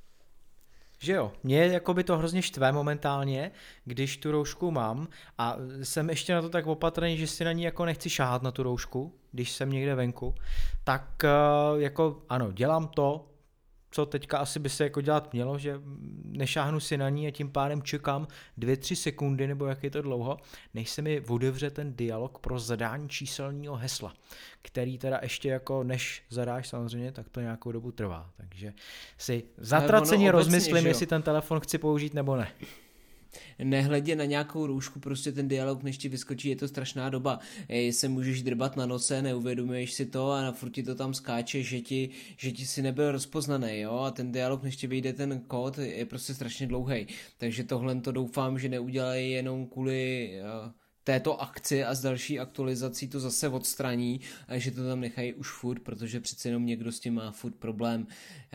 Že jo, mě jakoby to hrozně štve momentálně, když tu roušku mám a jsem ještě na to tak opatrný, že si na ní jako nechci šáhat na tu roušku, když jsem někde venku, tak jako ano, dělám to, co teďka asi by se jako dělat mělo, že nešáhnu si na ní a tím pádem čekám 2-3 sekundy, nebo jak je to dlouho, než se mi otevře ten dialog pro zadání číselního hesla, který teda ještě jako než zadáš samozřejmě, tak to nějakou dobu trvá, takže si zatraceně rozmyslím, jestli ten telefon chci použít nebo ne. Nehledě na nějakou roušku, prostě ten dialog, než ti vyskočí, je to strašná doba. Se můžeš drbat na nose, neuvědomuješ si to a na furt ti to tam skáče, že ti si nebyl rozpoznaný, jo, a ten dialog, než ti vyjde ten kód, je prostě strašně dlouhý. Takže tohle to doufám, že neudělají jenom kvůli této akci a s další aktualizací to zase odstraní a že to tam nechají už furt, protože přece jenom někdo s tím má furt problém,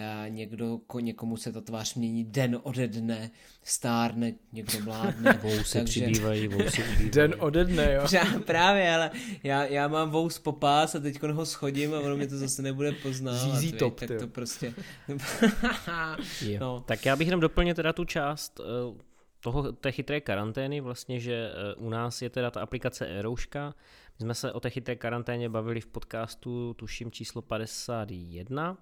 někomu se ta tvář mění den ode dne, stárne, někdo mládne. Vousy přibývají, vousy ubývají. Den ode dne, jo. Právě, ale já mám vous po pás a teď ho schodím a ono mě to zase nebude poznávat. Zízí top, tak to prostě... No. Tak já bych jenom doplnil teda tu část té chytré karantény, vlastně, že u nás je teda ta aplikace e-rouška. My jsme se o té chytré karanténě bavili v podcastu, tuším číslo 51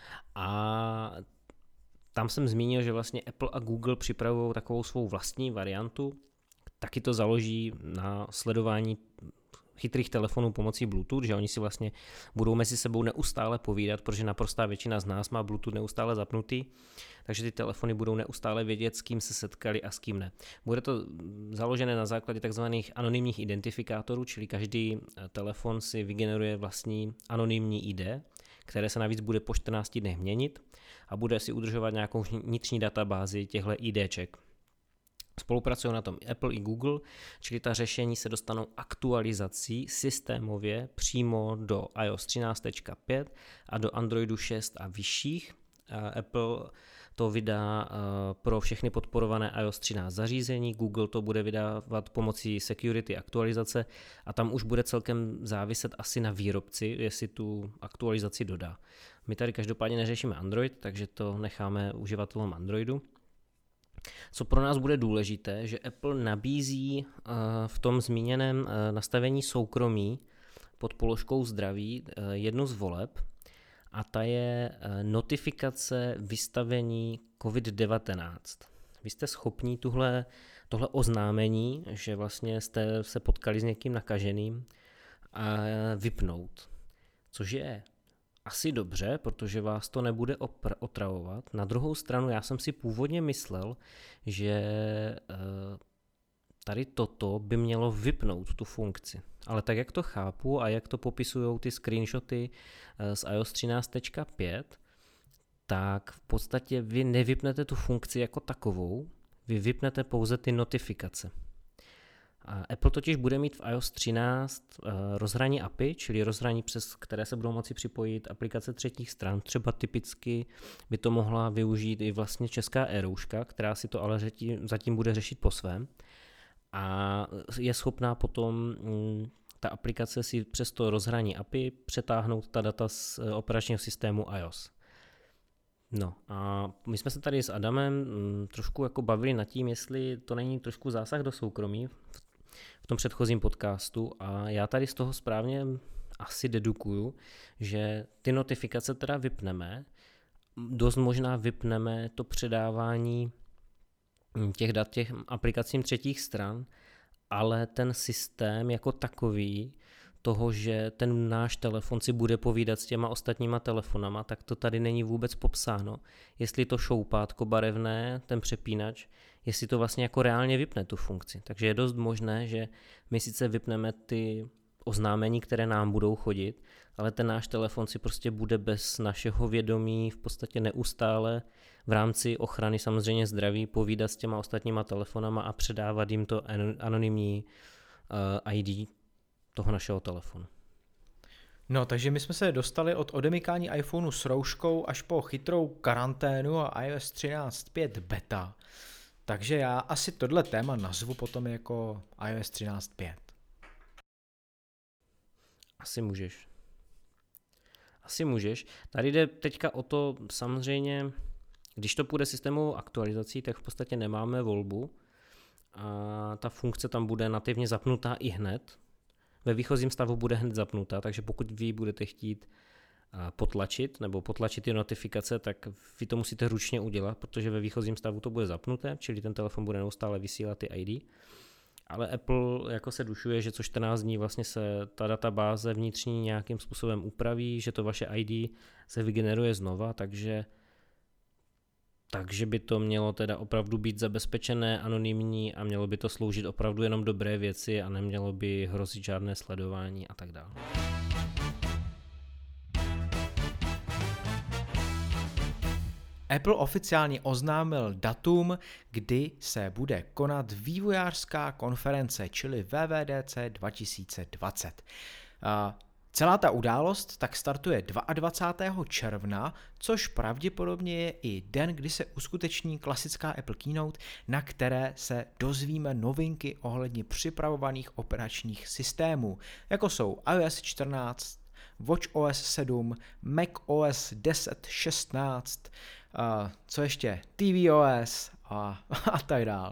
a tam jsem zmínil, že vlastně Apple a Google připravují takovou svou vlastní variantu, taky to založí na sledování chytrých telefonů pomocí Bluetooth, že oni si vlastně budou mezi sebou neustále povídat, protože naprostá většina z nás má Bluetooth neustále zapnutý, takže ty telefony budou neustále vědět, s kým se setkali a s kým ne. Bude to založené na základě takzvaných anonymních identifikátorů, čili každý telefon si vygeneruje vlastní anonymní ID, které se navíc bude po 14 dnech měnit a bude si udržovat nějakou vnitřní databázi těchto IDček. Spolupracují na tom Apple i Google, čili ta řešení se dostanou aktualizací systémově přímo do iOS 13.5 a do Androidu 6 a vyšších. Apple to vydá pro všechny podporované iOS 13 zařízení, Google to bude vydávat pomocí security aktualizace a tam už bude celkem záviset asi na výrobci, jestli tu aktualizaci dodá. My tady každopádně neřešíme Android, takže to necháme uživatelům Androidu. Co pro nás bude důležité, že Apple nabízí v tom zmíněném nastavení soukromí pod položkou zdraví jednu z voleb a ta je notifikace vystavení COVID-19. Vy jste schopni tohle oznámení, že vlastně jste se potkali s někým nakaženým, vypnout, což je asi dobře, protože vás to nebude otravovat. Na druhou stranu já jsem si původně myslel, že tady toto by mělo vypnout tu funkci. Ale tak, jak to chápu a jak to popisují ty screenshoty z iOS 13.5, tak v podstatě vy nevypnete tu funkci jako takovou, vy vypnete pouze ty notifikace. A Apple totiž bude mít v iOS 13 rozhraní API, čili rozhraní, přes které se budou moci připojit aplikace třetích stran. Třeba typicky by to mohla využít i vlastně česká e-rouška, která si to ale zatím bude řešit po svém. A je schopná potom ta aplikace si přes to rozhraní API přetáhnout ta data z operačního systému iOS. No a my jsme se tady s Adamem trošku jako bavili nad tím, jestli to není trošku zásah do soukromí v tom předchozím podcastu a já tady z toho správně asi dedukuju, že ty notifikace teda vypneme, dost možná vypneme to předávání těch dat těch aplikacím třetích stran, ale ten systém jako takový, toho, že ten náš telefon si bude povídat s těma ostatníma telefonama, tak to tady není vůbec popsáno. Jestli to šoupátko barevné, ten přepínač, jestli to vlastně jako reálně vypne tu funkci. Takže je dost možné, že my sice vypneme ty oznámení, které nám budou chodit, ale ten náš telefon si prostě bude bez našeho vědomí v podstatě neustále v rámci ochrany samozřejmě zdraví povídat s těma ostatníma telefonama a předávat jim to anonymní ID toho našeho telefonu. No, takže my jsme se dostali od odemykání iPhoneu s rouškou až po chytrou karanténu a iOS 13.5 beta. Takže já asi tohle téma nazvu potom jako iOS 13.5. Asi můžeš. Tady jde teďka o to, samozřejmě, když to půjde systémovou aktualizací, tak v podstatě nemáme volbu a ta funkce tam bude nativně zapnutá i hned. Ve výchozím stavu bude hned zapnutá, takže pokud vy budete chtít potlačit nebo potlačit ty notifikace, tak vy to musíte ručně udělat, protože ve výchozím stavu to bude zapnuté, čili ten telefon bude neustále vysílat ty ID. Ale Apple jako se dušuje, že co 14 dní vlastně se ta databáze vnitřní nějakým způsobem upraví, že to vaše ID se vygeneruje znova, takže by to mělo teda opravdu být zabezpečené, anonymní a mělo by to sloužit opravdu jenom dobré věci a nemělo by hrozit žádné sledování a tak dále. Apple oficiálně oznámil datum, kdy se bude konat vývojářská konference, čili WWDC 2020. Celá ta událost tak startuje 22. června, což pravděpodobně je i den, kdy se uskuteční klasická Apple Keynote, na které se dozvíme novinky ohledně připravovaných operačních systémů, jako jsou iOS 14, watchOS 7, macOS 10, 16, co ještě, tvOS a tak dále.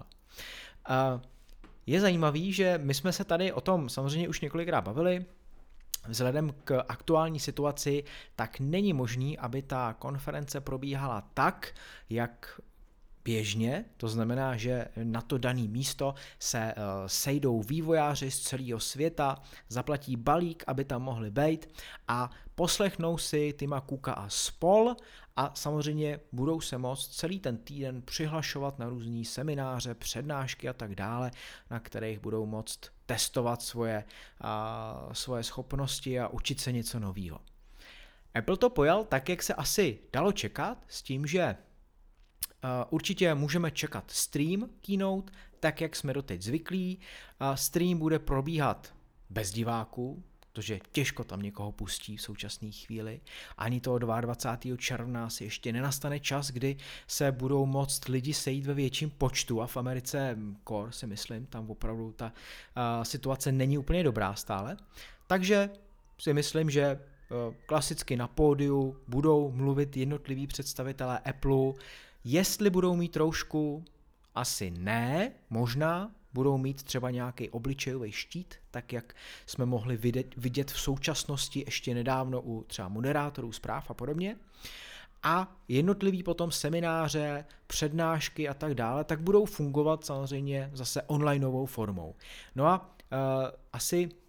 Je zajímavý, že my jsme se tady o tom samozřejmě už několikrát bavili. Vzhledem k aktuální situaci, tak není možný, aby ta konference probíhala tak, jak běžně, to znamená, že na to dané místo se sejdou vývojáři z celého světa, zaplatí balík, aby tam mohli být a poslechnou si Tima Cooka a spol a samozřejmě budou se moct celý ten týden přihlašovat na různý semináře, přednášky a tak dále, na kterých budou moct testovat svoje schopnosti a učit se něco nového. Apple to pojal tak, jak se asi dalo čekat, s tím, že určitě můžeme čekat stream Keynote, tak jak jsme doteď zvyklí. Stream bude probíhat bez diváků, protože těžko tam někoho pustí v současné chvíli. Ani toho 22. června si ještě nenastane čas, kdy se budou moct lidi sejít ve větším počtu a v Americe core si myslím, tam opravdu ta situace není úplně dobrá stále. Takže si myslím, že klasicky na pódiu budou mluvit jednotliví představitelé Apple. Jestli budou mít roušku, asi ne, možná budou mít třeba nějaký obličejový štít, tak jak jsme mohli vidět v současnosti ještě nedávno u třeba moderátorů zpráv a podobně. A jednotlivý potom semináře, přednášky a tak dále, tak budou fungovat samozřejmě zase onlineovou formou. No a asi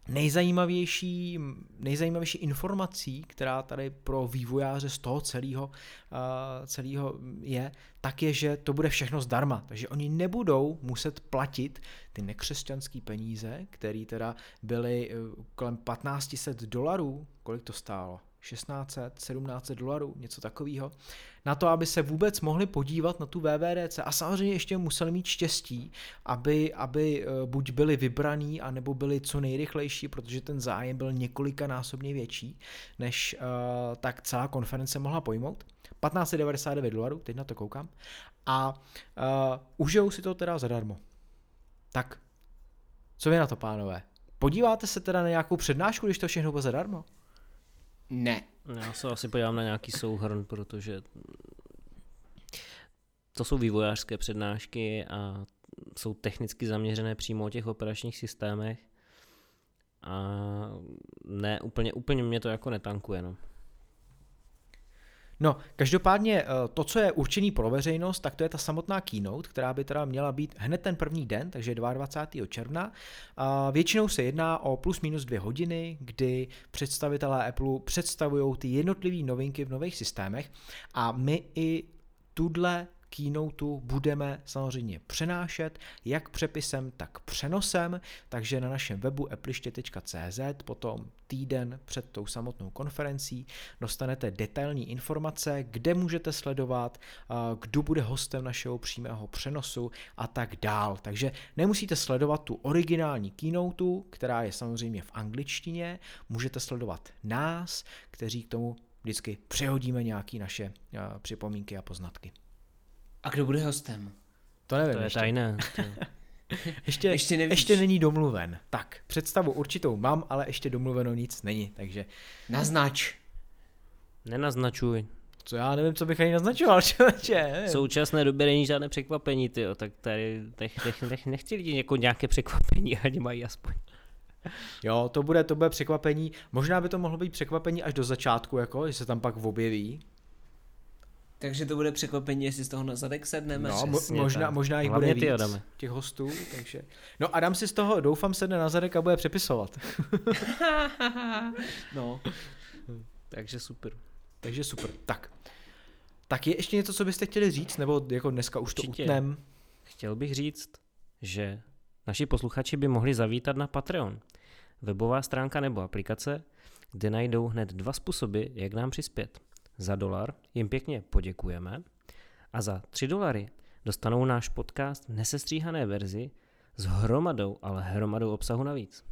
nejzajímavější informací, která tady pro vývojáře z toho celého je, tak je, že to bude všechno zdarma. Takže oni nebudou muset platit ty nekřesťanské peníze, které teda byly kolem $1500, kolik to stálo? $1600, $1700, něco takového, na to, aby se vůbec mohli podívat na tu VVDC a samozřejmě ještě museli mít štěstí, aby buď byli vybraní, anebo byli co nejrychlejší, protože ten zájem byl několikanásobně větší, než tak celá konference mohla pojmout. $1599, teď na to koukám, a užijou si to teda zadarmo. Tak, co vy na to, pánové? Podíváte se teda na nějakou přednášku, když to všechno bude zadarmo? Ne. Já se asi podívám na nějaký souhrn, protože to jsou vývojářské přednášky a jsou technicky zaměřené přímo o těch operačních systémech a ne, úplně mě to jako netankuje, no. No, každopádně to, co je určený pro veřejnost, tak to je ta samotná keynote, která by teda měla být hned ten první den, takže 22. června. Většinou se jedná o plus minus 2 hodiny, kdy představitelé Apple představují ty jednotlivé novinky v nových systémech a my i tuhle keynoteu budeme samozřejmě přenášet jak přepisem, tak přenosem, takže na našem webu appliště.cz potom týden před tou samotnou konferencí dostanete detailní informace, kde můžete sledovat, kdo bude hostem našeho přímého přenosu a tak dál. Takže nemusíte sledovat tu originální keynoteu, která je samozřejmě v angličtině, můžete sledovat nás, kteří k tomu vždycky přihodíme nějaké naše připomínky a poznatky. A kdo bude hostem? To nevím. To je ještě. tajné. Ještě není domluven. Tak, představu určitou mám, ale ještě domluveno nic není, takže... Naznač. Nenaznačuj. Co já nevím, co bych ani naznačoval, člověče. V současné době není žádné překvapení, tyjo, tak tady nechci lidi jako nějaké překvapení, ať mají aspoň. Jo, to bude překvapení. Možná by to mohlo být překvapení až do začátku, jako, že se tam pak objeví. Takže to bude překvapení, jestli z toho na zadek sedneme. No, možná jich hlavně bude víc, Adame. těch hostů, takže... No Adam si z toho, doufám, sedne na zadek a bude přepisovat. No. Takže super. Tak je ještě něco, co byste chtěli říct, nebo jako dneska už Určitě. to utnem? Chtěl bych říct, že naši posluchači by mohli zavítat na Patreon. Webová stránka nebo aplikace, kde najdou hned 2 způsoby, jak nám přispět. Za $1 jim pěkně poděkujeme a za $3 dostanou náš podcast v nesestříhané verzi s hromadou obsahu navíc.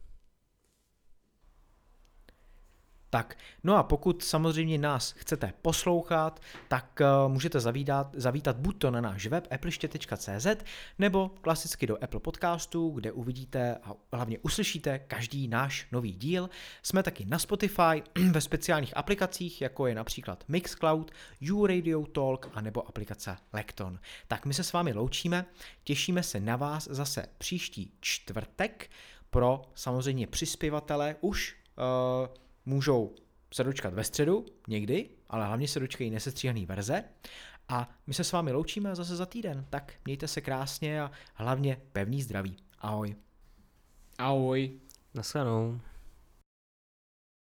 Tak, no a pokud samozřejmě nás chcete poslouchat, tak můžete zavítat buď to na náš web appliště.cz nebo klasicky do Apple Podcastu, kde uvidíte a hlavně uslyšíte každý náš nový díl. Jsme taky na Spotify ve speciálních aplikacích, jako je například Mixcloud, YouRadio Talk a nebo aplikace Lekton. Tak my se s vámi loučíme, těšíme se na vás zase příští čtvrtek. Pro samozřejmě přispěvatele už můžou se dočkat ve středu, někdy, ale hlavně se dočkají nesestříhaný verze. A my se s vámi loučíme zase za týden. Tak mějte se krásně a hlavně pevný zdraví. Ahoj. Ahoj. Naschledanou.